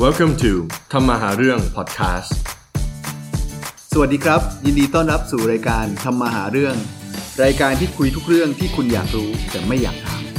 Welcome to ทำมาหาเรื่อง podcast สวัสดีครับยินดีต้อนรับสู่รายการทำมาหาเรื่องรายการที่คุยทุกเรื่องที่คุณอยากรู้แต่ไม่อยากถาม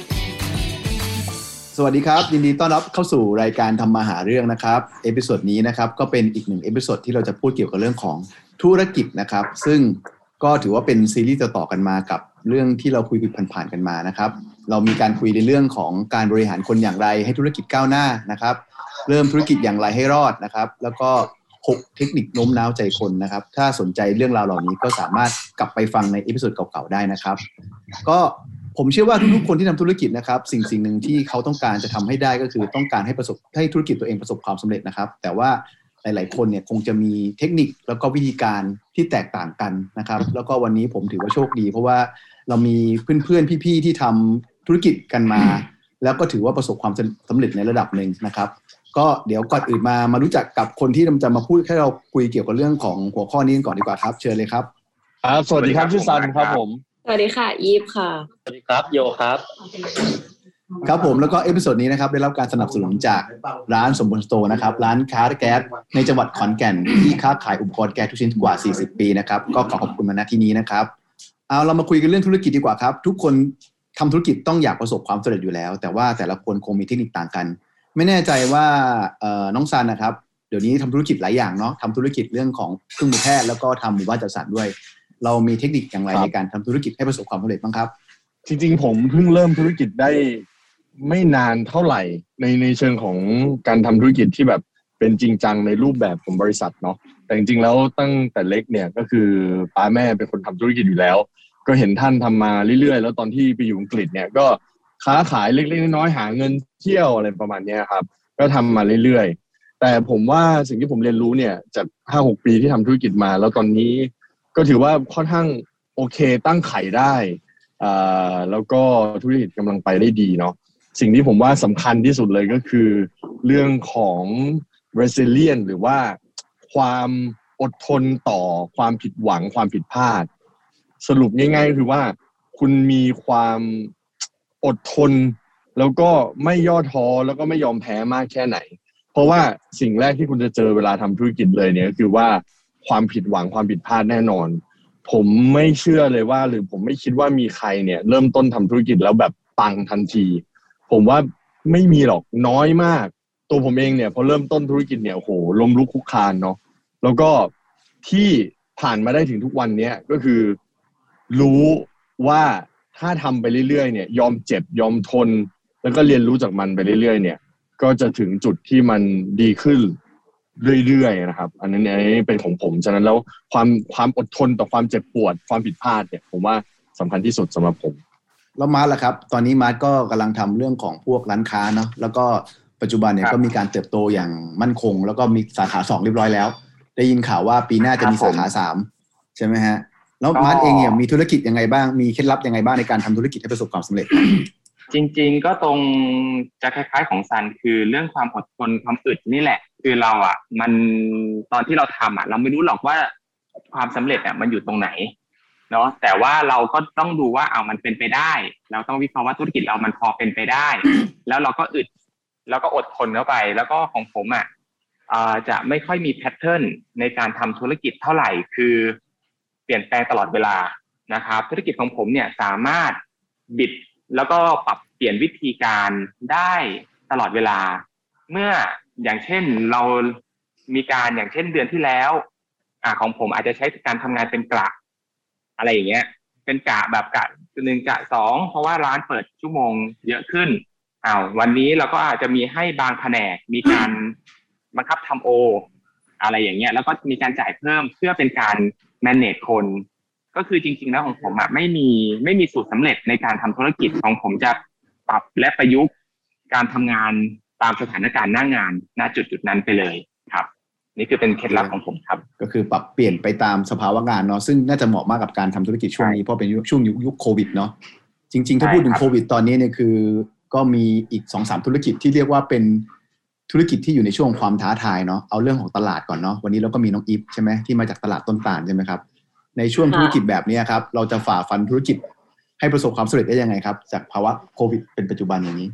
สวัสดีครับยินดีต้อนรับเข้าสู่รายการทำมาหาเรื่องนะครับเอพิโซดนี้นะครับก็เป็นอีกหนึ่งเอพิโซดที่เราจะพูดเกี่ยวกับเรื่องของธุรกิจนะครับซึ่งก็ถือว่าเป็นซีรีส์ต่อๆกันมากับเรื่องที่เราคุยผ่านๆกันมานะครับเรามีการคุยในเรื่องของการบริหารคนอย่างไรให้ธุรกิจก้าวหน้านะครับเริ่มธุรกิจอย่างไรให้รอดนะครับแล้วก็6เทคนิคโน้มน้าวใจคนนะครับถ้าสนใจเรื่องราวเหล่านี้ก็สามารถกลับไปฟังในเอพิโซดเก่าๆได้นะครับก็ผมเชื่อว่าทุกๆคนที่ทำธุรกิจนะครับสิ่งหนึ่งที่เขาต้องการจะทำให้ได้ก็คือต้องการให้ธุรกิจตัวเองประสบความสำเร็จนะครับแต่ว่าหลายๆคนเนี่ยคงจะมีเทคนิคแล้วก็วิธีการที่แตกต่างกันนะครับแล้วก็วันนี้ผมถือว่าโชคดีเพราะว่าเรามีเพื่อนๆพี่ๆที่ทำธุรกิจกันมาแล้วก็ถือว่าประสบความสำเร็จในระดับหนึ่งนะครับก็เดี๋ยวก่อนอื่นมารู้จักกับคนที่จะมาพูดให้เราคุยเกี่ยวกับเรื่องของหัวข้อนี้ก่อนดีกว่าครับเชิญเลยครับสวัสดีครับชื่อซันครับผมสวัสดีค่ะอีฟค่ะสวัสดีครับโยครับครับผมแล้วก็เอพิโซดนี้นะครับได้รับการสนับสนุนจากร้านสมบูรณ์สโตร์นะครับร้านค้าแก๊สในจังหวัดขอนแก่นที่ค้าขายอุปกรณ์แก๊สทุกชนิดกว่า40 ปีนะครับก็ขอบคุณมาณที่นี้นะครับเอาเรามาคุยกันเรื่องธุรกิจดีกว่าครับทุกคนทำธุรกิจต้องอยากประสบความสำเร็จอยู่แล้วแต่ว่าแต่ละคนคงมีเทคนิคต่างกันไม่แน่ใจว่าน้องซันนะครับเดี๋ยวนี้ทำธุรกิจหลายอย่างเนาะทำธุรกิจเรื่องของเครื่องมือแพทย์แล้วก็ทำหมู่บ้านจัดสรรด้วยเรามีเทคนิคอย่างไรในการทำธุรกิจให้ประสบความสำเร็จบ้างครับจริงๆผมเพิ่งเริ่มธุรกิจได้ไม่นานเท่าไหร่ในเชิงของการทำธุรกิจที่แบบเป็นจริงจังในรูปแบบของบริษัทเนาะแต่จริงๆแล้วตั้งแต่เล็กเนี่ยก็คือป้าแม่เป็นคนทำธุรกิจอยู่แล้วก็เห็นท่านทำมาเรื่อยๆแล้วตอนที่ไปอยู่อังกฤษเนี่ยก็ค้าขายเล็กๆน้อยๆหาเงินเที่ยวอะไรประมาณนี้ครับก็ทำมาเรื่อยๆแต่ผมว่าสิ่งที่ผมเรียนรู้เนี่ยจาก 5-6 ปีที่ทำธุรกิจมาแล้วตอนนี้ก็ถือว่าค่อนข้างโอเคตั้งไข่ได้แล้วก็ธุรกิจกำลังไปได้ดีเนาะสิ่งที่ผมว่าสำคัญที่สุดเลยก็คือเรื่องของ resilience หรือว่าความอดทนต่อความผิดหวังความผิดพลาดสรุปง่ายๆก็คือว่าคุณมีความอดทนแล้วก็ไม่ย่อท้อแล้วก็ไม่ยอมแพ้มากแค่ไหนเพราะว่าสิ่งแรกที่คุณจะเจอเวลาทำธุรกิจเลยเนี่ยก็คือว่าความผิดหวังความผิดพลาดแน่นอนผมไม่เชื่อเลยว่าหรือผมไม่คิดว่ามีใครเนี่ยเริ่มต้นทำธุรกิจแล้วแบบปังทันทีผมว่าไม่มีหรอกน้อยมากตัวผมเองเนี่ยพอเริ่มต้นธุรกิจเนี่ยโอ้โหล้มลุกคลุกคลานเนาะแล้วก็ที่ผ่านมาได้ถึงทุกวันนี้ก็คือรู้ว่าถ้าทำไปเรื่อยๆเนี่ยยอมเจ็บยอมทนแล้วก็เรียนรู้จากมันไปเรื่อยๆเนี่ยก็จะถึงจุดที่มันดีขึ้นเรื่อยๆนะครับอันนี้เป็นของผมฉะนั้นแล้วความอดทนต่อความเจ็บปวดความผิดพลาดเนี่ยผมว่าสำคัญที่สุดสำหรับผมแล้วมาร์ทล่ะครับตอนนี้มาร์ทก็กำลังทำเรื่องของพวกร้านค้าเนาะแล้วก็ปัจจุบันเนี่ยก็มีการเติบโตอย่างมั่นคงแล้วก็มีสาขา2เรียบร้อยแล้วได้ยินข่าวว่าปีหน้าจะมีสาขา3ใช่ไหมฮะแล้วมาร์ทเองเนี่ยมีธุรกิจยังไงบ้างมีเคล็ดลับยังไงบ้างในการทำธุรกิจให้ประสบความสำเร็จจริงๆก็ตรงจะคล้ายๆของซันคือเรื่องความอดทนความอึดนี่แหละคือเรามันตอนที่เราทำเราไม่รู้หรอกว่าความสำเร็จมันอยู่ตรงไหนเนาะแต่ว่าเราก็ต้องดูว่ามันเป็นไปได้เราต้องวิเคราะห์ว่าธุรกิจเรามันพอเป็นไปได้แล้วเราก็อึดแล้วก็อดทนเข้าไปแล้วก็ของผมจะไม่ค่อยมีแพทเทิร์นในการทำธุรกิจเท่าไหร่คือเปลี่ยนแปลงตลอดเวลานะครับธุรกิจของผมเนี่ยสามารถบิดแล้วก็ปรับเปลี่ยนวิธีการได้ตลอดเวลาเมื่ออย่างเช่นเรามีการอย่างเช่นเดือนที่แล้วของผมอาจจะใช้การทำงานเป็นกะอะไรอย่างเงี้ยเป็นกะแบบกะ1กะ2เพราะว่าร้านเปิดชั่วโมงเยอะขึ้นวันนี้เราก็อาจจะมีให้บางแผนกมีการบังคับทำโออะไรอย่างเงี้ยแล้วก็มีการจ่ายเพิ่มเพื่อเป็นการ manage คนก็คือจริงๆแล้วของผมไม่มีสูตรสำเร็จในการทำธุรกิจของผมจะปรับและประยุกต์การทำงานตามสถานการณ์หน้างานณจุดนั้นไปเลยครับนี่คือเป็นเคล็ดลับของผมครับก็คือปรับเปลี่ยนไปตามสภาวะงานเนาะซึ่งน่าจะเหมาะมากกับการทำธุรกิจช่วงนี้เพราะเป็นช่วงยุคโควิดเนาะจริงๆถ้าพูดถึงโควิดตอนนี้เนี่ยคือก็มีอีก 2-3 ธุรกิจที่เรียกว่าเป็นธุรกิจที่อยู่ในช่วงความท้าทายเนาะเอาเรื่องของตลาดก่อนเนาะวันนี้เราก็มีน้องอีฟใช่ไหมที่มาจากตลาดต้นตาลใช่ไหมครับในช่วงธุรกิจแบบนี้ครับเราจะฝ่าฟันธุรกิจให้ประสบความสำเร็จได้ยังไงครับจากภาวะโควิดเป็นปัจจุบันอย่างนี้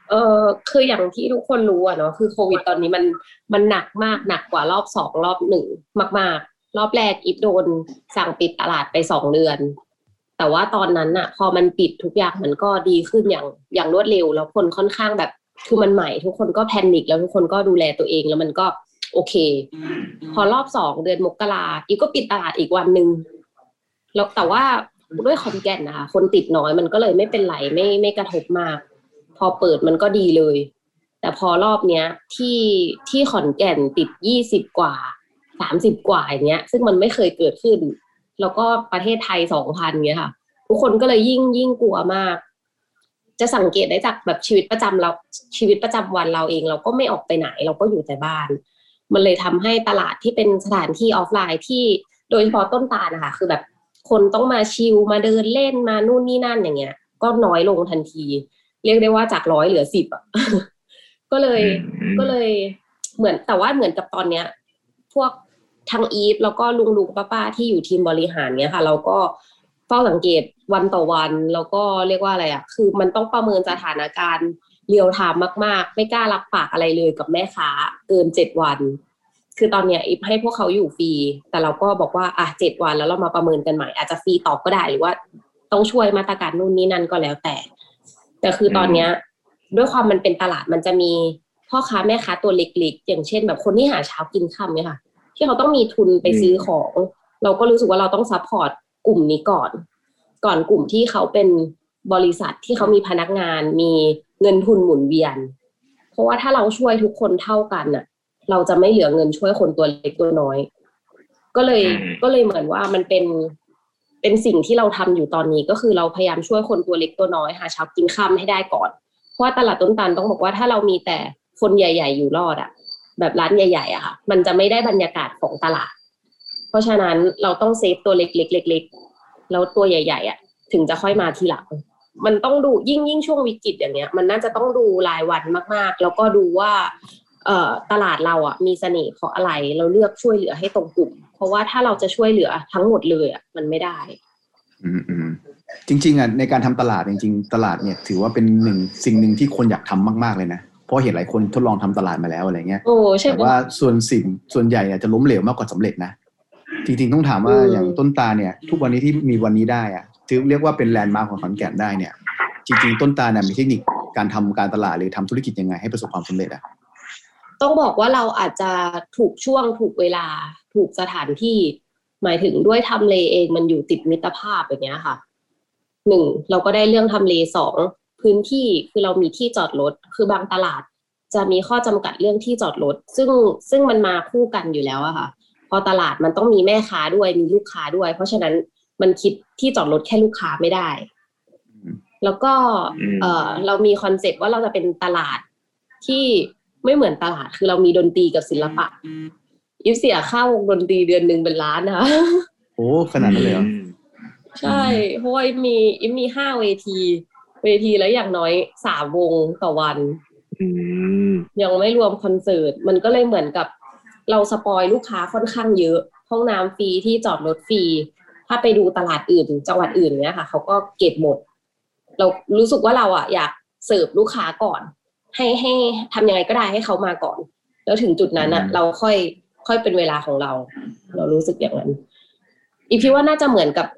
คืออย่างที่ทุกคนรู้อะเนาะคือโควิดตอนนี้มันหนักมากหนักกว่ารอบ2รอบ1มากๆรอบแรกอีฟโดนสั่งปิดตลาดไป2 เดือนแต่ว่าตอนนั้นอะพอมันปิดทุกอย่างมันก็ดีขึ้นอย่างรวดเร็วแล้วคนค่อนข้างแบบคือมันใหม่ทุกคนก็แพนิคแล้วทุกคนก็ดูแลตัวเองแล้วมันก็โอเคพอรอบ2เดือนมกราอีฟก็ปิดตลาดอีกวันนึงแล้วแต่ว่าด้วยขอนแก่นนะคะคนติดน้อยมันก็เลยไม่เป็นไรไม่กระทบมากพอเปิดมันก็ดีเลยแต่พอรอบเนี้ยที่ขอนแก่นติด20 กว่า30 กว่าอย่างเงี้ยซึ่งมันไม่เคยเกิดขึ้นแล้วก็ประเทศไทย2,000เงี้ยค่ะทุกคนก็เลยยิ่งกลัวมากจะสังเกตได้จากแบบชีวิตประจำวันเราเองเราก็ไม่ออกไปไหนเราก็อยู่แต่บ้านมันเลยทำให้ตลาดที่เป็นสถานที่ออฟไลน์ที่โดยเฉพาะต้นตาลนะคะคือแบบคนต้องมาชิลมาเดินเล่นมานู่นนี่นั่นอย่างเงี้ยก็น้อยลงทันทีเรียกได้ว่าจาก100เหลือ10อ่ะ ก็เลยเหมือนแต่ว่าเหมือนกับตอนเนี้ยพวกทางอีฟแล้วก็ลุงป้าที่อยู่ทีมบริหารเนี้ยค่ะเราก็เฝ้าสังเกตวันต่อวันแล้วก็เรียกว่าอะไรอ่ะคือมันต้องประเมินสถานการณ์เรียลไทม์มากๆไม่กล้ารับปากอะไรเลยกับแม่ค้าเกิน7 วันคือตอนเนี้ยอีฟให้พวกเขาอยู่ฟรีแต่เราก็บอกว่า7 วันแล้วเรามาประเมินกันใหม่อาจจะฟรีตอบก็ได้หรือว่าต้องช่วยมาตรการนู่นนี่นั่นก็แล้วแต่คือตอนเนี้ยด้วยความมันเป็นตลาดมันจะมีพ่อค้าแม่ค้าตัวเล็กๆอย่างเช่นแบบคนที่หาเช้ากินค่ำเนี่ยค่ะที่เขาต้องมีทุนไปซื้อของเราก็รู้สึกว่าเราต้องซัพพอร์ตกลุ่มนี้ก่อนกลุ่มที่เขาเป็นบริษัทที่เขามีพนักงานมีเงินทุนหมุนเวียนเพราะว่าถ้าเราช่วยทุกคนเท่ากันน่ะเราจะไม่เหลือเงินช่วยคนตัวเล็กตัวน้อยก็เลยเหมือนว่ามันเป็นสิ่งที่เราทำอยู่ตอนนี้ก็คือเราพยายามช่วยคนตัวเล็กตัวน้อยหาเช้ากินค่ำให้ได้ก่อนเพราะว่าตลาดต้นตาลต้องบอกว่าถ้าเรามีแต่คนใหญ่ๆอยู่รอดอ่ะแบบร้านใหญ่ๆอะค่ะมันจะไม่ได้บรรยากาศของตลาดเพราะฉะนั้นเราต้องเซฟตัวเล็กๆแล้วตัวใหญ่ๆอ่ะถึงจะค่อยมาทีหลังมันต้องดูยิ่งช่วงวิกฤตอย่างเงี้ยมันน่าจะต้องดูรายวันมากๆแล้วก็ดูว่าตลาดเราอ่ะมีเสน่ห์เพราะอะไรเราเลือกช่วยเหลือให้ตรงกลุ่มเพราะว่าถ้าเราจะช่วยเหลือทั้งหมดเลยอ่ะมันไม่ได้จริงๆอ่ะในการทำตลาดจริงๆตลาดเนี่ยถือว่าเป็นสิ่งหนึ่งที่คนอยากทำมากๆเลยนะเพราะเห็นหลายคนทดลองทำตลาดมาแล้วอะไรเงี้ยแต่ว่าส่วนใหญ่จะล้มเหลวมากกว่าสำเร็จนะจริงๆต้องถามว่าอย่างต้นตาเนี่ยทุกวันนี้ที่มีวันนี้ได้อ่ะถือเรียกว่าเป็นแลนด์มาร์คของขอนแก่นได้เนี่ยจริงๆต้นตาเนี่ยมีเทคนิคการทำการตลาดหรือทำธุรกิจยังไงให้ประสบความสำเร็จอ่ะต้องบอกว่าเราอาจจะถูกช่วงถูกเวลาถูกสถานที่หมายถึงด้วยทำเลเองมันอยู่ติดมิตรภาพอย่างเงี้ยค่ะ1เราก็ได้เรื่องทำเล2พื้นที่คือเรามีที่จอดรถคือบางตลาดจะมีข้อจำกัดเรื่องที่จอดรถซึ่งมันมาคู่กันอยู่แล้วอะค่ะพอตลาดมันต้องมีแม่ค้าด้วยมีลูกค้าด้วยเพราะฉะนั้นมันคิดที่จอดรถแค่ลูกค้าไม่ได้แล้วก็เรามีคอนเซ็ปต์ว่าเราจะเป็นตลาดที่ไม่เหมือนตลาดคือเรามีดนตรีกับศิลปะอีฟเสียค่าวงดนตรีเดือนนึงเป็นล้านนะคะโอ้ขนาดนั้นเลยเหรอใช่เพราะว่าอีฟมี5 เวทีแล้วอย่างน้อย3 วงต่อวันยังไม่รวมคอนเสิร์ตมันก็เลยเหมือนกับเราสปอยลูกค้าค่อนข้างเยอะห้องน้ำฟรีที่จอดรถฟรีถ้าไปดูตลาดอื่นจังหวัดอื่นเนี้ยค่ะเขาก็เก็บหมดเรารู้สึกว่าเราอ่ะอยากเสิร์ฟลูกค้าก่อนให้ทำยังไงก็ได้ให้เขามาก่อนแล้วถึงจุดนั้นอ่ะเราค่อยเป็นเวลาของเรารู้สึกอย่างนั้นอีกพี่ว่าน่าจะเหมือนกับ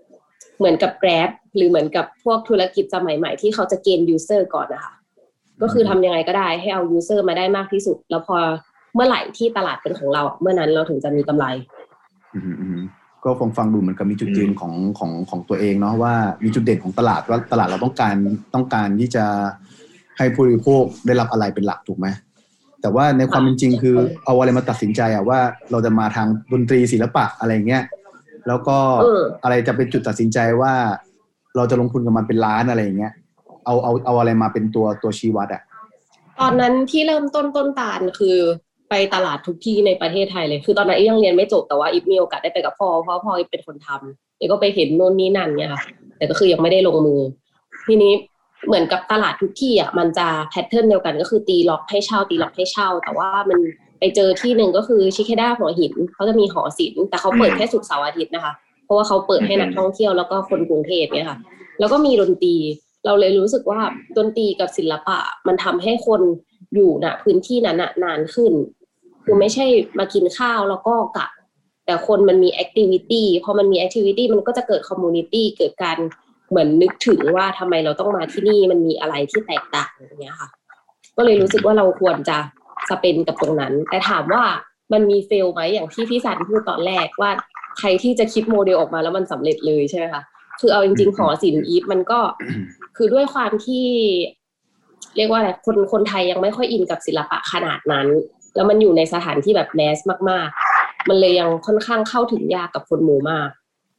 Grab หรือเหมือนกับพวกธุรกิจสมัยใหม่ที่เขาจะเกณฑ์ยูเซอร์ก่อนนะคะก็คือทำยังไงก็ได้ให้เอายูเซอร์มาได้มากที่สุดแล้วพอเมื่อไหร่ที่ตลาดเป็นของเราเมื่อนั้นเราถึงจะมีกำไรก็ฟังดูเหมือนกับมีจุดยืนของตัวเองเนาะว่ามีจุดเด่นของตลาดว่าตลาดเราต้องการที่จะให้ผู้บริโภคได้รับอะไรเป็นหลักถูกไหมแต่ว่าในความเป็นจริงคือเอาอะไรมาตัดสินใจอะว่าเราจะมาทางดนตรีศิลปะอะไรเงี้ยแล้วก็อะไรจะเป็นจุดตัดสินใจว่าเราจะลงทุนกับมันเป็นล้านอะไรอย่างเงี้ยเอาอะไรมาเป็นตัวชี้วัดอะตอนนั้นที่เริ่มต้นตาลคือไปตลาดทุกที่ในประเทศไทยเลยคือตอนนั้นอีฟยังเรียนไม่จบแต่ว่าอีฟมีโอกาสได้ไปกับพ่อเพราะพ่ออีฟเป็นคนทำอีฟก็ไปเห็นโน่นนี่นั่นเนี่ยค่ะแต่ก็คือยังไม่ได้ลงมือทีนี้เหมือนกับตลาดทุกที่อ่ะมันจะแพทเทิร์นเดียวกันก็คือตีล็อกให้เช่าแต่ว่ามันไปเจอที่หนึ่งก็คือชิเคด้าหัวหินเขาจะมีหอศิลป์แต่เขาเปิดแค่ศุกร์เสาร์อาทิตย์นะคะเพราะว่าเขาเปิดให้นักท่องเที่ยวแล้วก็คนกรุงเทพเนี่ยค่ะแล้วก็มีดนตรีเราเลยรู้สึกว่าดนตรีกับศิลปะมันทำให้คนอยู่ณพื้นที่นั้นนานขึ้นคือไม่ใช่มากินข้าวแล้วก็กลับแต่คนมันมีแอคทิวิตี้พอมันมีแอคทิวิตี้มันก็จะเกิดคอมมูนิตี้เกิดการเหมือนนึกถึงว่าทำไมเราต้องมาที่นี่มันมีอะไรที่แตกต่างอย่างเงี้ยค่ะก็เลยรู้สึกว่าเราควรจะสเปนกับตรงนั้นแต่ถามว่ามันมีเฟลไหมอย่างที่พี่สันพูดตอนแรกว่าใครที่จะคิดโมเดลออกมาแล้วมันสำเร็จเลยใช่ไหมคะคือเอาจริงๆหอศิลป์อีฟมันก็คือด้วยความที่เรียกว่าอะไรคนไทยยังไม่ค่อยอินกับศิลปะขนาดนั้นแล้วมันอยู่ในสถานที่แบบแมสมากๆมันเลยยังค่อนข้างเข้าถึงยากกับคนหมู่มาก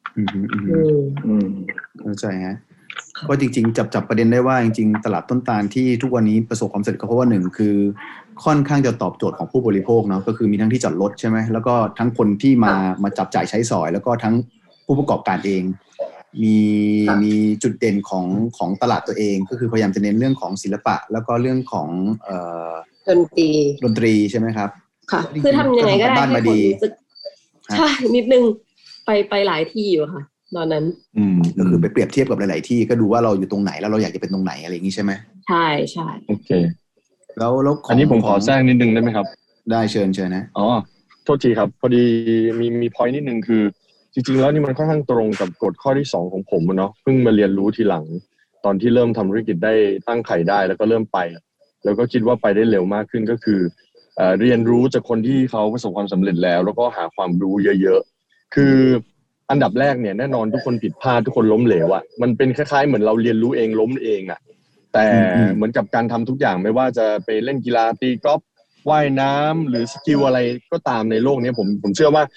เข้าใจฮะก็จริงๆจับประเด็นได้ว่าจริงๆตลาดต้นตาลที่ทุกวันนี้ประสบความสำเร็จก็เพราะว่าหนึ่งคือค่อนข้างจะตอบโจทย์ของผู้บริโภคเนาะก็คือมีทั้งที่จอดรถใช่ไหมแล้วก็ทั้งคนที่มาจับจ่ายใช้สอยแล้วก็ทั้งผู้ประกอบการเองมีจุดเด่นของตลาดตัวเองก็คือพยายามจะเน้นเรื่องของศิลปะแล้วก็เรื่องของดนตรีใช่ไหมครับค่ะคือทำยังไงก็ได้ให้คนรู้สึกใช่นิดนึงไปหลายที่อยู่ค่ะตอนนั้นก็คือไปเปรียบเทียบกับหลายๆที่ก็ดูว่าเราอยู่ตรงไหนแล้วเราอยากจะเป็นตรงไหนอะไรอย่างนี้ใช่ไหมใช่โอเคแล้วอันนี้ผมขอแทรกนิดนึงได้ไหมครับได้เชิญนะอ๋อโทษทีครับพอดีมี point นิดนึงคือจริงๆแล้วนี่มันค่อนข้างตรงกับกฎข้อที่2ของผมเนาะเพิ่งมาเรียนรู้ทีหลังตอนที่เริ่มทำธุรกิจได้ตั้งไข่ได้แล้วก็เริ่มไปแล้วก็คิดว่าไปได้เร็วมากขึ้นก็คือเรียนรู้จากคนที่เขาประสบความสำเร็จแล้วก็หาความรู้เยอะๆคืออันดับแรกเนี่ยแน่นอนทุกคนผิดพลาดทุกคนล้มเหลวอ่ะมันเป็นคล้ายๆเหมือนเราเรียนรู้เองล้มเองอ่ะแต่เหมือนกับการทำทุกอย่างไม่ว่าจะไปเล่นกีฬาตีกอล์ฟว่ายน้ำหรือสกิลอะไรก็ตามในโลกนี้ผมเชื่อว่า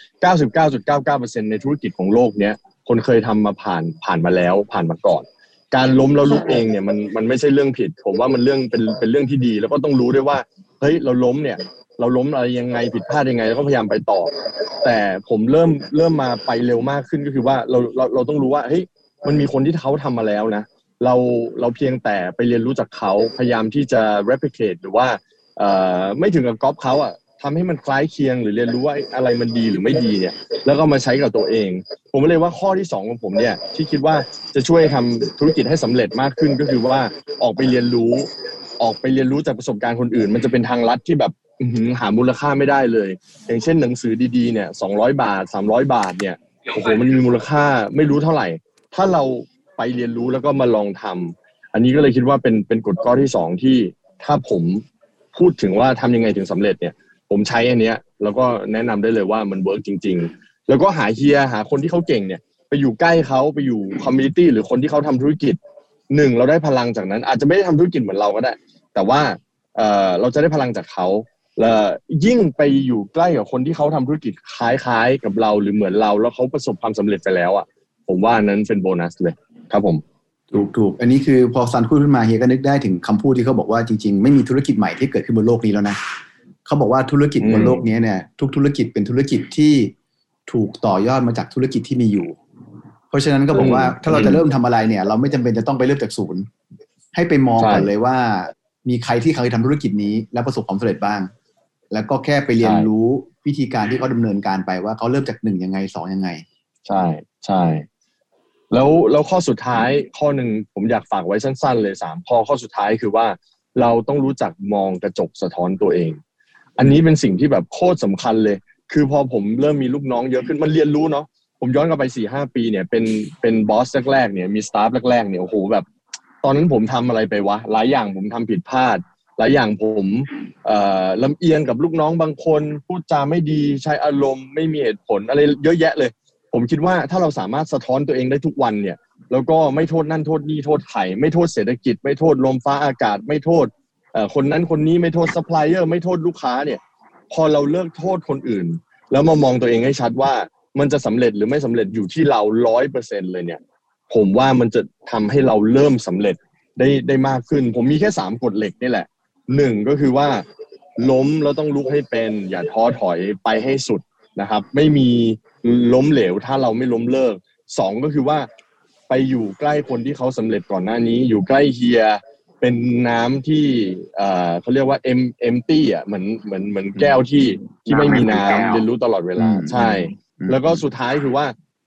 99.99% ในธุรกิจของโลกเนี้ยคนเคยทำมาผ่านมาแล้วผ่านมาก่อนการล้มแล้วลุกเองเนี่ยมันไม่ใช่เรื่องผิดผมว่ามันเป็นเรื่องที่ดีแล้วก็ต้องรู้ด้วยว่าเฮ้ยเราล้มอะไรยังไงผิดพลาดยังไงแล้วก็พยายามไปต่อแต่ผมเริ่มมาไปเร็วมากขึ้นก็คือว่าเราต้องรู้ว่าเฮ้ยมันมีคนที่เขาทำมาแล้วนะเราเพียงแต่ไปเรียนรู้จากเขาพยายามที่จะ replicate หรือว่าไม่ถึงกับก๊อปเขาอ่ะทำให้มันคล้ายเคียงหรือเรียนรู้ว่าอะไรมันดีหรือไม่ดีเนี่ยแล้วก็มาใช้กับตัวเองผมเลยว่าข้อที่2ของผมเนี่ยที่คิดว่าจะช่วยทำธุรกิจให้สำเร็จมากขึ้นก็คือว่าออกไปเรียนรู้จากประสบการณ์คนอื่นมันจะเป็นทางลัดที่แบบหามูลค่าไม่ได้เลยอย่างเช่นหนังสือดีๆเนี่ย200 บาท300 บาทเนี่ยโอ้โหมันมีมูลค่าไม่รู้เท่าไหร่ถ้าเราไปเรียนรู้แล้วก็มาลองทำอันนี้ก็เลยคิดว่าเป็นกฎข้อที่2ที่ถ้าผมพูดถึงว่าทำยังไงถึงสำเร็จเนี่ยผมใช้อันเนี้ยแล้วก็แนะนำได้เลยว่ามันเวิร์กจริงๆแล้วก็หาคนที่เขาเก่งเนี่ยไปอยู่ใกล้เขาไปอยู่คอมมูนิตี้หรือคนที่เขาทำธุรกิจเราได้พลังจากนั้นอาจจะไม่ได้ทำธุรกิจเหมือนเราก็ได้แต่ว่าเราจะได้พลังจากเขาและยิ่งไปอยู่ใกล้กับคนที่เขาทำธุรกิจคล้ายๆกับเราหรือเหมือนเราแล้วเขาประสบความสำเร็จไปแล้วอ่ะผมว่านั้นเป็นโบนัสเลยครับผมถูกอันนี้คือพอซันพูดขึ้นมาเฮียก็นึกได้ถึงคำพูดที่เขาบอกว่าจริงๆไม่มีธุรกิจใหม่ที่เกิดขึ้นบนโลกนี้แล้วนะเขาบอกว่าธุรกิจบนโลกนี้เนี่ยทุกธุรกิจเป็นธุรกิจที่ถูกต่อยอดมาจากธุรกิจที่มีอยู่เพราะฉะนั้นก็บอกว่าถ้าเราจะเริ่มทำอะไรเนี่ยเราไม่จำเป็นจะต้องไปเริ่มจากศูนย์ให้ไปมองก่อนเลยว่ามีใครที่เคยทำธุรกิจนี้แล้วประสบความสำเร็จบ้างแล้วก็แค่ไปเรียนรู้วิธีการที่เขาดำเนินการไปว่าเขาเริ่มจาก1ยังไง2ยังไงใช่แล้วข้อสุดท้ายข้อหนึ่งผมอยากฝากไว้สั้นๆเลย3ข้อสุดท้ายคือว่าเราต้องรู้จักมองกระจกสะท้อนตัวเองอันนี้เป็นสิ่งที่แบบโคตรสำคัญเลยคือพอผมเริ่มมีลูกน้องเยอะขึ้นมันเรียนรู้เนาะผมย้อนกลับไป 4-5 ปีเนี่ยเป็นบอสแรกๆเนี่ยมีสตาฟแรกๆเนี่ยโอ้โหแบบตอนนั้นผมทำอะไรไปวะหลายอย่างผมทำผิดพลาดหลายอย่างผมลำเอียงกับลูกน้องบางคนพูดจาไม่ดีใช้อารมณ์ไม่มีเหตุผลอะไรเยอะแยะเลยผมคิดว่าถ้าเราสามารถสะท้อนตัวเองได้ทุกวันเนี่ยแล้วก็ไม่โทษนั่นโทษนี่โทษใครไม่โทษเศรษฐกิจไม่โทษลมฟ้าอากาศไม่โทษคนนั้นคนนี้ไม่โทษซัพพลายเออร์ไม่โทษลูกค้าเนี่ยพอเราเลิกโทษคนอื่นแล้วมามองตัวเองให้ชัดว่ามันจะสำเร็จหรือไม่สำเร็จอยู่ที่เรา 100% เลยเนี่ยผมว่ามันจะทำให้เราเริ่มสำเร็จได้มากขึ้นผมมีแค่3กฎเหล็กนี่แหละ1ก็คือว่าล้มแล้วต้องลุกให้เป็นอย่าท้อถอยไปให้สุดนะครับไม่มีล้มเหลวถ้าเราไม่ล้มเลิก2ก็คือว่าไปอยู่ใกล้คนที่เขาสำเร็จก่อนหน้านี้อยู่ใกล้เฮียเป็นน้ำที่เขาเรียกว่าempty อ่ะเหมือนแก้วที่ไม่มีน้ำเรียนรู้ตลอดเวลาใช่แล้วก็สุดท้ายคือว่า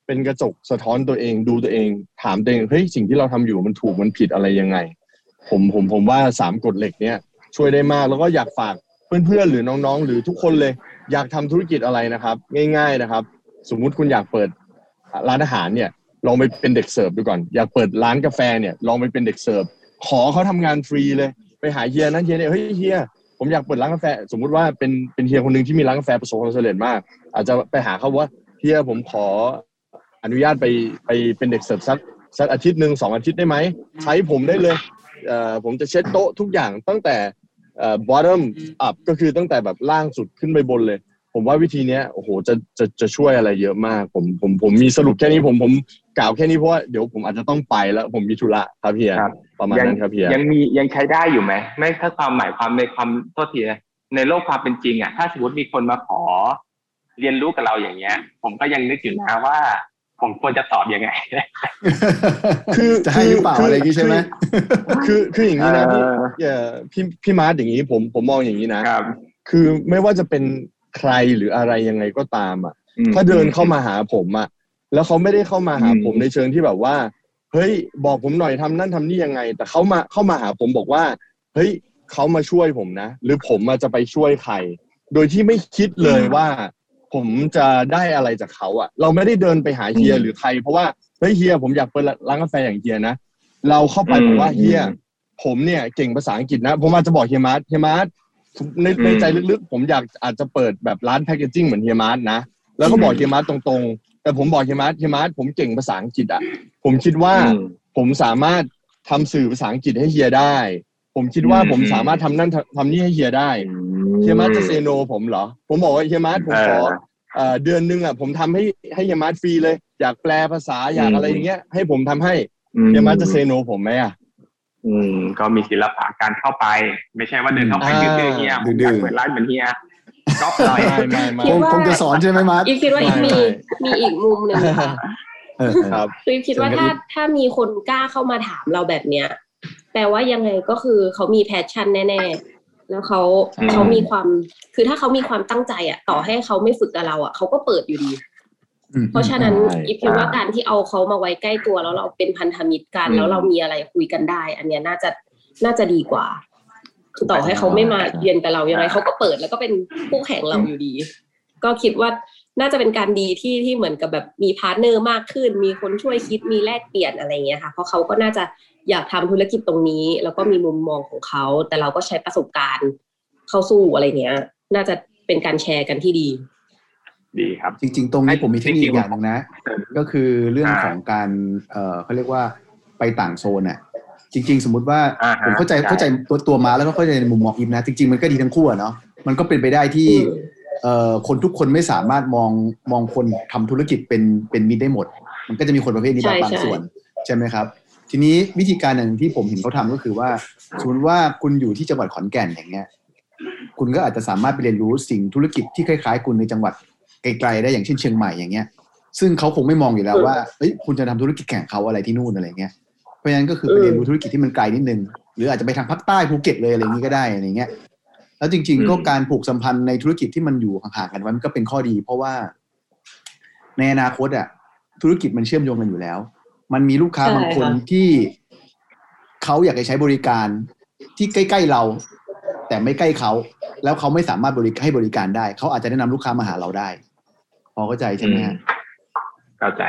เป็นกระจกสะท้อนตัวเองดูตัวเองถามตัวเองเฮ้ยสิ่งที่เราทำอยู่มันถูกมันผิดอะไรยังไงผมว่า3กฎเหล็กเนี้ยช่วยได้มากแล้วก็อยากฝากเพื่อนๆหรือน้องๆหรือทุกคนเลยอยากทำธุรกิจอะไรนะครับง่ายๆนะครับสมมุติคุณอยากเปิดร้านอาหารเนี่ยลองไปเป็นเด็กเสิร์ฟดูก่อนอยากเปิดร้านกาแฟเนี่ยลองไปเป็นเด็กเสิร์ฟขอเขาทำงานฟรีเลยไปหาเฮียนั้นเฮียเนี่ยเฮ้ยเฮียผมอยากเปิดร้านกาแฟสมมุติว่าเป็นเฮียคนนึงที่มีร้านกาแฟประสบความสำเร็จมากอาจจะไปหาเขาว่าเฮียผมขออนุญาตไปเป็นเด็กเสิร์ฟสักอาทิตย์นึง2 อาทิตย์ได้ไหมใช้ผมได้เลยผมจะเช็ดโต๊ะทุกอย่างตั้งแต่bottom up ก็คือตั้งแต่แบบล่างสุดขึ้นไปบนเลยผมว่าวิธีเนี้ยโอ้โหจะช่วยอะไรเยอะมากผมมีสรุปแค่นี้ผมกล่าวแค่นี้เพราะว่าเดี๋ยวผมอาจจะต้องไปแล้วผมมีธุระครับเฮียประมาณนั้นครับเฮียยังใช้ได้อยู่ไหมไม่ถ้าความหมายความในความโทษทีในโลกความเป็นจริงอ่ะถ้าสมมติมีคนมาขอเรียนรู้กับเราอย่างเงี้ยผมก็ยังนึกอยู่นะว่าผมควรจะตอบยังไงคือจะให้หรือเปล่าอะไรอย่างนี้ใช่ไหมคืออย่างนี้นะพี่มาร์ทอย่างนี้ผมมองอย่างนี้นะคือไม่ว่าจะเป็นใครหรืออะไรยังไงก็ตามอ่ะถ้าเดินเข้ามาหาผมอ่ะแล้วเขาไม่ได้เข้ามาหาผมในเชิงที่แบบว่าเฮ้ยบอกผมหน่อยทำนั่นทำนี่ยังไงแต่เข้ามาหาผมบอกว่าเฮ้ยเขามาช่วยผมนะหรือผมจะไปช่วยใครโดยที่ไม่คิดเลยว่าผมจะได้อะไรจากเขาอ่ะเราไม่ได้เดินไปหาเฮียหรือใครเพราะว่าเฮ้ยเฮียผมอยากเปิดร้านกาแฟอย่างเฮียนะเราเข้าไปบอกว่าเฮียผมเนี่ยเก่งภาษาอังกฤษนะผมอาจจะบอกเฮียมาร์ทในใจลึกๆผมอาจจะเปิดแบบร้านแพคเกจจิ้งเหมือนเฮียมาร์ทนะแล้วก็บอกเฮียมาร์ทตรงๆแต่ผมบอกเฮียมาร์ทผมเก่งภาษาอังกฤษอ่ะผมคิดว่าผมสามารถทำสื่อภาษาอังกฤษให้เฮียได้ผมคิดว่าผมสามารถทำนั่นทำนี่ให้เฮียได้เฮียมาร์ทจะเซโนผมเหรอผมบอกว่าเฮียมาร์ทผมขอเดือนนึงอ่ะผมทำให้เฮียมาร์ทฟรีเลยอยากแปลภาษาอยากอะไรอย่างเงี้ยให้ผมทำให้เฮียมาร์ทจะเซโนผมไหมอ่ะก็มีศิลปะการเข้าไปไม่ใช่ว่าเดินเข้าไปดื้อๆเฮียผมอยากเปิดร้านเหมือนเฮียก็หน่อยคงจะสอนใช่ไหมมาร์ทอีกคิดว่ามีอีกมุมนึงค่ะครับคือคิดว่าถ้ามีคนกล้าเข้ามาถามเราแบบเนี้ยแปลว่ายังไงก็คือเขามีแพชชั่นแน่ๆแล้วเขามีความคือถ้าเขามีความตั้งใจอ่ะต่อให้เขาไม่ฝึกกับเราอ่ะเขาก็เปิดอยู่ดีเพราะฉะนั้นอีฟคิดว่าการที่เอาเขามาไว้ใกล้ตัวแล้วเราเป็นพันธมิตรกันแล้วเรามีอะไรคุยกันได้อันเนี้ยน่าจะดีกว่าต่อให้เขาไม่มาเรียนกับเรายังไงเขาก็เปิดแล้วก็เป็นคู่แข่งเราอยู่ดีก็คิดว่าน่าจะเป็นการดีที่เหมือนกับแบบมีพาร์ทเนอร์มากขึ้นมีคนช่วยคิดมีแลกเปลี่ยนอะไรเงี้ยค่ะเพราะเขาก็น่าจะอยากทำธุรกิจตรงนี้แล้วก็มีมุมมองของเขาแต่เราก็ใช้ประสบการณ์เข้าสู้อะไรเงี้ยน่าจะเป็นการแชร์กันที่ดีครับจริงๆตรงนี้ผมมีเทคนิคอย่างนึงนะก็คือเรื่องของการเขาเรียกว่าไปต่างโซนน่ะจริงๆสมมุติว่าผมเข้าใจตัวมาแล้วก็เข้าใจในมุมมองอีฟนะจริงๆมันก็ดีทั้งคู่เนาะมันก็เป็นไปได้ที่คนทุกคนไม่สามารถมองคนทำธุรกิจเป็นมิตรได้หมดมันก็จะมีคนประเภทนี้บางส่วนใช่ไหมครับทีนี้วิธีการหนึ่งที่ผมเห็นเขาทำก็คือว่าสมมติว่าคุณอยู่ที่จังหวัดขอนแก่นอย่างเงี้ยคุณก็อาจจะสามารถไปเรียนรู้สิ่งธุรกิจที่คล้ายๆคุณในจังหวัดไกลๆได้อย่างเช่นเชียงใหม่อย่างเงี้ยซึ่งเขาคงไม่มองอยู่แล้วว่าเฮ้ยคุณจะทำธุรกิจแข่งเขาอะไรที่นู่นอะไรเงี้ยเพราะฉะนั้นก็คือไปเรียนรู้ธุรกิจที่มันไกลนิดนึงหรืออาจจะไปทางภาคใต้ภูเก็ตเลยอะไรอย่างนี้ก็ได้อะไรเงี้ยแล้วจริงๆก็การผูกสัมพันธ์ในธุรกิจที่มันอยู่ห่างๆกันไว้มันก็เป็นข้อดีเพราะว่าในอนาคตธุรกิจมันเชื่อมโยงกันอยู่แล้วมันมีลูกค้าบางคนที่เขาอยากจะใช้บริการที่ใกล้ๆเราแต่ไม่ใกล้เขาแล้วเขาไม่สามารถให้บริการได้เขาอาจจะแนะนำลูกค้ามาหาเราได้พอเข้าใจใช่ไหมฮะเข้าใจ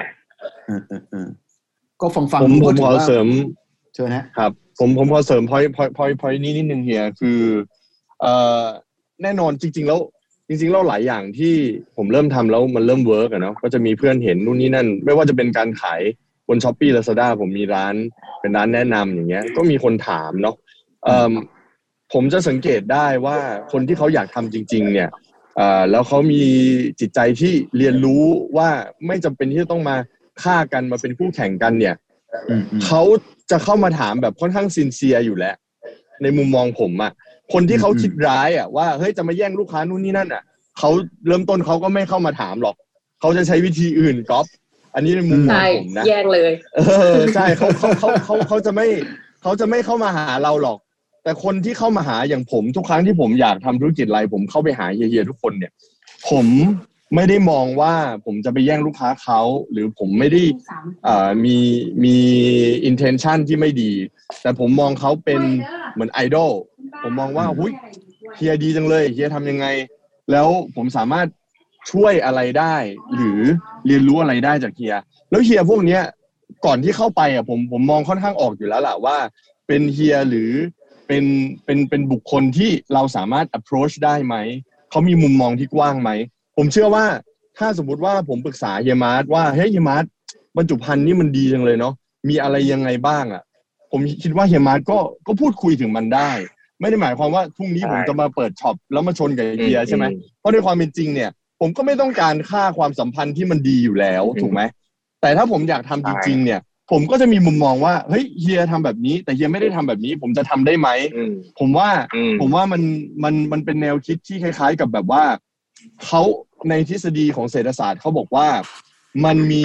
ก็ฟังผมขอเสริมเชิญนะครับผมขอเสริมพอยนี้นิดนึงเฮียคือแน่นอนจริงๆแล้วหลายอย่างที่ผมเริ่มทำแล้วมันเริ่มเวิร์กเนาะก็จะมีเพื่อนเห็นนู่นนี่นั่นไม่ว่าจะเป็นการขายบน Shopee Lazada ผมมีร้านเป็นร้านแนะนำอย่างเงี้ยก็มีคนถามเนาะผมจะสังเกตได้ว่าคนที่เขาอยากทำจริงๆเนี่ยแล้วเขามีจิตใจที่เรียนรู้ว่าไม่จำเป็นที่จะต้องมาฆ่ากันมาเป็นคู่แข่งกันเนี่ยเขาจะเข้ามาถามแบบค่อนข้างซินเซียอยู่แล้วในมุมมองผมคนที่เขาคิดร้ายว่าเฮ้ยจะมาแย่งลูกค้านู่นนี่นั่นเขาเริ่มต้นเขาก็ไม่เข้ามาถามหรอกเขาจะใช้วิธีอื่นก๊อปอันนี้ในมุมมองผมนะแย่งเลยใช่เขาจะไม่เข้ามาหาเราหรอกแต่คนที่เข้ามาหาอย่างผมทุกครั้งที่ผมอยากทำธุรกิจอะไรผมเข้าไปหาเฮียทุกคนเนี่ยผมไม่ได้มองว่าผมจะไปแย่งลูกค้าเขาหรือผมไม่ได้มี intention ที่ไม่ดีแต่ผมมองเขาเป็นเหมือนไอดอลผมมองว่าหุ้ยเฮียดีจังเลยเฮียทำยังไงแล้วผมสามารถช่วยอะไรได้หรือเรียนรู้อะไรได้จากเฮียแล้วเฮียพวกเนี้ยก่อนที่เข้าไปอ่ะผมมองค่อนข้างออกอยู่แล้วล่ะว่าเป็นเฮียหรือเป็นบุคคลที่เราสามารถ approach ได้ไหมเขามีมุมมองที่กว้างไหมผมเชื่อว่าถ้าสมมุติว่าผมปรึกษาเฮียมาร์ทว่าเฮ้ยเฮียมาร์ทบรรจุภัณฑ์นี่มันดีจังเลยเนาะมีอะไรยังไงบ้างอ่ะผมคิดว่าเฮียมาร์ทก็พูดคุยถึงมันได้ไม่ได้หมายความว่าพรุ่งนี้ผมจะมาเปิดช็อปแล้วมาชนกับเฮียใช่ไหมเพราะในความเป็นจริงเนี่ยผมก็ไม่ต้องการค่าความสัมพันธ์ที่มันดีอยู่แล้วถูกไหมแต่ถ้าผมอยากทำจริงๆเนี่ยผมก็จะมีมุมมองว่าเฮ้ยเฮียทำแบบนี้แต่เฮียไม่ได้ทำแบบนี้ผมจะทำได้ไหมผมว่ามันเป็นแนวคิดที่คล้ายๆกับแบบว่าเขาในทฤษฎีของเศรษฐศาสตร์เขาบอกว่ามันมี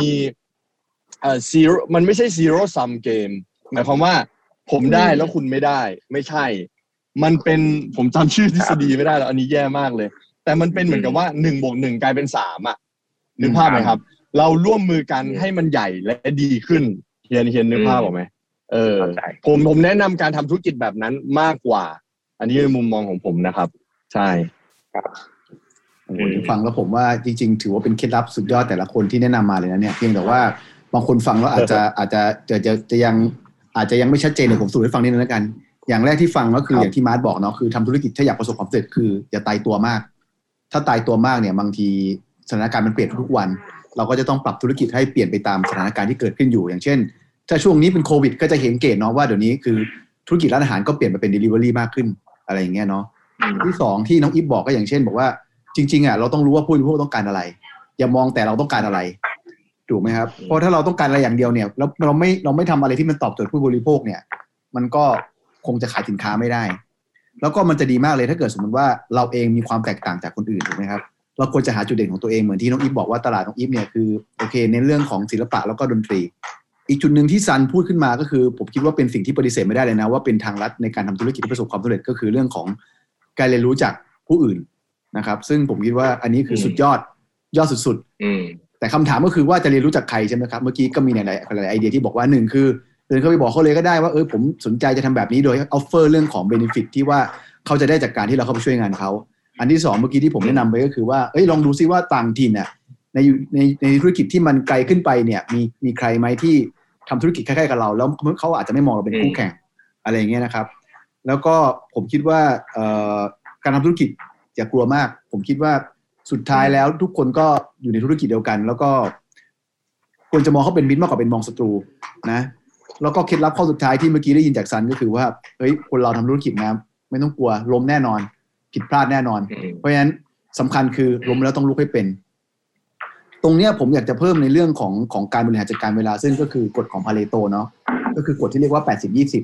zero มันไม่ใช่ zero sum game หมายความว่าผมได้แล้วคุณไม่ได้ไม่ใช่มันเป็นผมจำชื่อทฤษฎีไม่ได้แล้วอันนี้แย่มากเลยแต่มันเป็นเหมือนกับว่า1+1กลายเป็น3อ่ะนึกภาพไหมครับเราร่วมมือกันให้มันใหญ่และดีขึ้นเฮียนึกภาพออกไหมผมแนะนำการทำธุรกิจแบบนั้นมากกว่าอันนี้ในมุมมองของผมนะครับใช่ครับฟังแล้วผมว่าจริงๆถือว่าเป็นเคล็ดลับสุดยอดแต่ละคนที่แนะนำมาเลยนะเนี่ยเพียงแต่ว่าบางคนฟังแล้วอาจจะยังไม่ชัดเจนเลยผมสรุปให้ฟังนิดนึงแล้วกันอย่างแรกที่ฟังก็คืออย่างที่มาร์ทบอกเนาะคือทำธุรกิจถ้าอยากประสบความสำเร็จคืออย่าตายตัวมากถ้าตายตัวมากเนี่ยบางทีสถานการณ์มันเปลี่ยนทุกวันเราก็จะต้องปรับธุรกิจให้เปลี่ยนไปตามสถานการณ์ที่เกิดขึ้นอยู่อย่างเช่นถ้าช่วงนี้เป็นโควิดก็จะเห็นเกณฑ์เนาะว่าเดี๋ยวนี้คือธุรกิจร้านอาหารก็เปลี่ยนมาเป็น delivery มากขึ้นอะไรอย่างเงี้ยเนาะที่สองที่น้องอิฟบอกก็อย่างเช่นบอกว่าจริงๆอ่ะเราต้องรู้ว่าผู้บริโภคต้องการอะไรอย่ามองแต่เราต้องการอะไรถูกไหมครับเพราะถ้าเราต้องการอะไรอย่างเดียวเนี่ยแล้วเราไม่ทำอะไรที่มันตอบโจทย์ผู้บริโภคเนี่ยมันก็คงจะขายสินค้าไม่ได้แล้วก็มันจะดีมากเลยถ้าเกิดสมมติว่าเราเองมีความแตกต่างจากคนอื่นถูกไหมครับเราควรจะหาจุดเด่นของตัวเองเหมือนที่น้องอิฟบอกว่าตลาดน้องอิฟเนี่ยคือโอเคในเรื่องของศิลปะแล้วก็ดนตรีอีกจุดหนึ่งที่ซันพูดขึ้นมาก็คือผมคิดว่าเป็นสิ่งที่ปฏิเสธไม่ได้เลยนะว่าเป็นทางลัดในการทำธุรกิจที่ประสบความสำเร็จก็คือเรื่องของการเรียนรู้จากผู้อื่นนะครับซึ่งผมคิดว่าอันนี้คือสุดยอดสุดๆแต่คำถามก็คือว่าจะเรียนรู้จากใครใช่ไหมครับเมื่อกี้ก็มีหลายไอเดียที่บอกว่าหนึ่งคือเดินเข้าไปบอกเขาเลยก็ได้ว่าผมสนใจจะทำแบบนี้โดยออฟเฟอร์เรื่องของเบเนฟิตที่ว่าเขาจะได้จากการที่เราเข้าไปช่วยงานเขาอันที่สองเมื่อกี้ที่ผมแนะนำไปก็คือว่าลองดูซิว่าต่างถิ่นน่ะในธุรกิจที่มันไกลขึ้นไปเนี่ยมีใครไหมที่ทำธุรกิจคล้ายๆกับเราแล้วเขาอาจจะไม่มองเราเป็นคู่แข่งอะไรอย่างเงี้ยนะครับแล้วก็ผมคิดว่าการทำธุรกิจอย่ากลัวมากผมคิดว่าสุดท้ายแล้วทุกคนก็อยู่ในธุรกิจเดียวกันแล้วก็ควรจะมองเขาเป็นมิตรมากกว่าเป็นมองศัตรูนะแล้วก็เคล็ดลับข้อสุดท้ายที่เมื่อกี้ได้ยินจากซันก็คือว่าคนเราทำธุรกิจนะไม่ต้องกลัวล้มแน่นอนผิดพลาดแน่นอนเพราะฉะนั้นสำคัญคือล้มแล้วต้องลุกให้เป็นตรงเนี้ยผมอยากจะเพิ่มในเรื่องของการบริหารจัดการเวลาซึ่งก็คือกฎของพาเรโตเนาะก็คือกฎที่เรียกว่า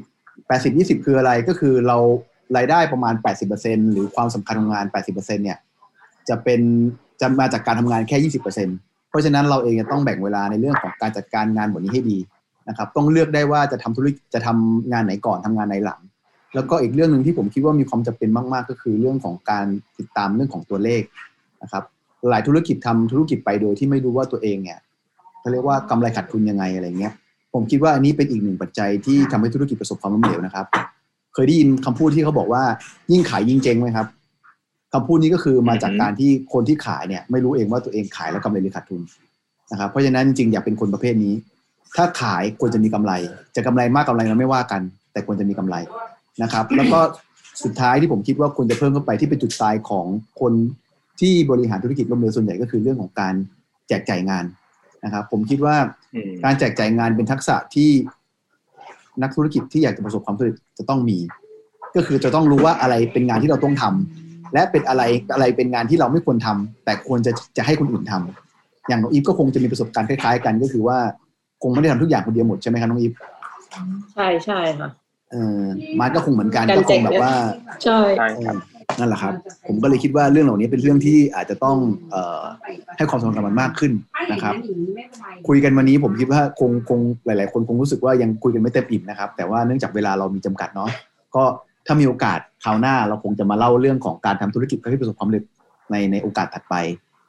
80-20คืออะไรก็คือเรารายได้ประมาณ 80% หรือความสำคัญของงาน 80% เนี่ยจะมาจากการทำงานแค่ 20% เพราะฉะนั้นเราเองจะต้องแบ่งเวลาในเรื่องของการจัดการงานบทนี้ให้ดีนะครับต้องเลือกได้ว่าจะทำธุรกิจจะทำงานไหนก่อนทำงานไหนหลังแล้วก็อีกเรื่องนึงที่ผมคิดว่ามีความจำเป็นมากๆก็คือเรื่องของการติดตามเรื่องของตัวเลขนะครับหลายธุรกิจทำธุรกิจไปโดยที่ไม่รู้ว่าตัวเองเนี่ยเขาเรียกว่ากำไรขาดทุนยังไงอะไรเงี้ยผมคิดว่าอันนี้เป็นอีกหนึ่งปัจจัยที่ทำให้ธุรกิจประสบความล้มเหลวนะครับเคยได้ยินคำพูดที่เขาบอกว่ายิ่งขายยิ่งเจ๊งไหมครับคำพูดนี้ก็คือมาจากการที่คนที่ขายเนี่ยไม่รู้เองว่าตัวเองขายแล้วกำไรหรือขาดทุนนะครับเพราะฉะนั้นจริงๆอย่าเป็นคนประเภทนี้ถ้าขายควรจะมีกำไรจะกำไรมากกำไรน้อยไม่ว่ากันแต่ควรจะมีกำไรนะครับแล้วก็สุดท้ายที่ผมคิดว่าควรจะเพิ่มเข้าไปที่เป็นจุดตายของคนที่บริหารธุรกิจล้มเหลวส่วนใหญ่ก็คือเรื่องของการแจกจ่ายงานนะครับผมคิดว่าการแจกจ่ายงานเป็นทักษะที่นักธุรกิจที่อยากจะประสบความสำเร็จจะต้องมีก็คือจะต้องรู้ว่าอะไรเป็นงานที่เราต้องทำและเป็นอะไรเป็นงานที่เราไม่ควรทำแต่ควรจะให้คนอื่นทำอย่างน้องอีฟก็คงจะมีประสบการณ์คล้ายๆกันก็คือว่าคงไม่ได้ทำทุกอย่างคนเดียวหมดใช่ไหมครับน้องอีฟใช่ค่ะมาร์ทก็คงเหมือนกันก็คงแบบว่าใช่นั่นแหละครับผมก็เลยคิดว่าเรื่องเหล่านี้เป็นเรื่องที่อาจจะต้องให้ความสำคัญมันมากขึ้นนะครับคุยกันวันนี้ผมคิดว่าคงหลายๆคนคงรู้สึกว่ายังคุยกันไม่เต็มอิ่มนะครับแต่ว่าเนื่องจากเวลาเรามีจำกัดเนาะก็ถ้ามีโอกาสคราวหน้าเราคงจะมาเล่าเรื่องของการทำธุรกิจให้ประสบความสำเร็จในโอกาสถัดไป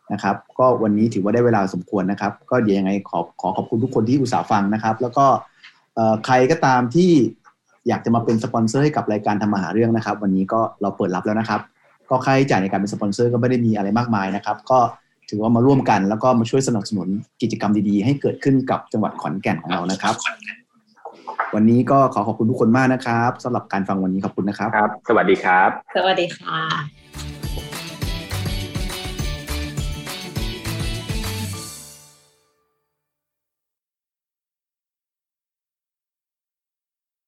นะครับก็วันนี้ถือว่าได้เวลาสมควรนะครับก็เดี๋ยวยังไงขอขอบคุณทุกคนที่อุตส่าห์ฟังนะครับแล้วก็ใครก็ตามที่อยากจะมาเป็นสปอนเซอร์ให้กับรายการทำมาหาเรื่องนะครับวันนี้ก็เราเปิดรับแล้วนะครับก็ค่าใช้จ่ายในการเป็นสปอนเซอร์ก็ไม่ได้มีอะไรมากมายนะครับก็ถือว่ามาร่วมกันแล้วก็มาช่วยสนับสนุนกิจกรรมดีๆให้เกิดขึ้นกับจังหวัดขอนแก่นของเรานะครับวันนี้ก็ขอบคุณทุกคนมากนะครับสำหรับการฟังวันนี้ขอบคุณนะครับครับสวัสดีครับสวัสดีค่ะ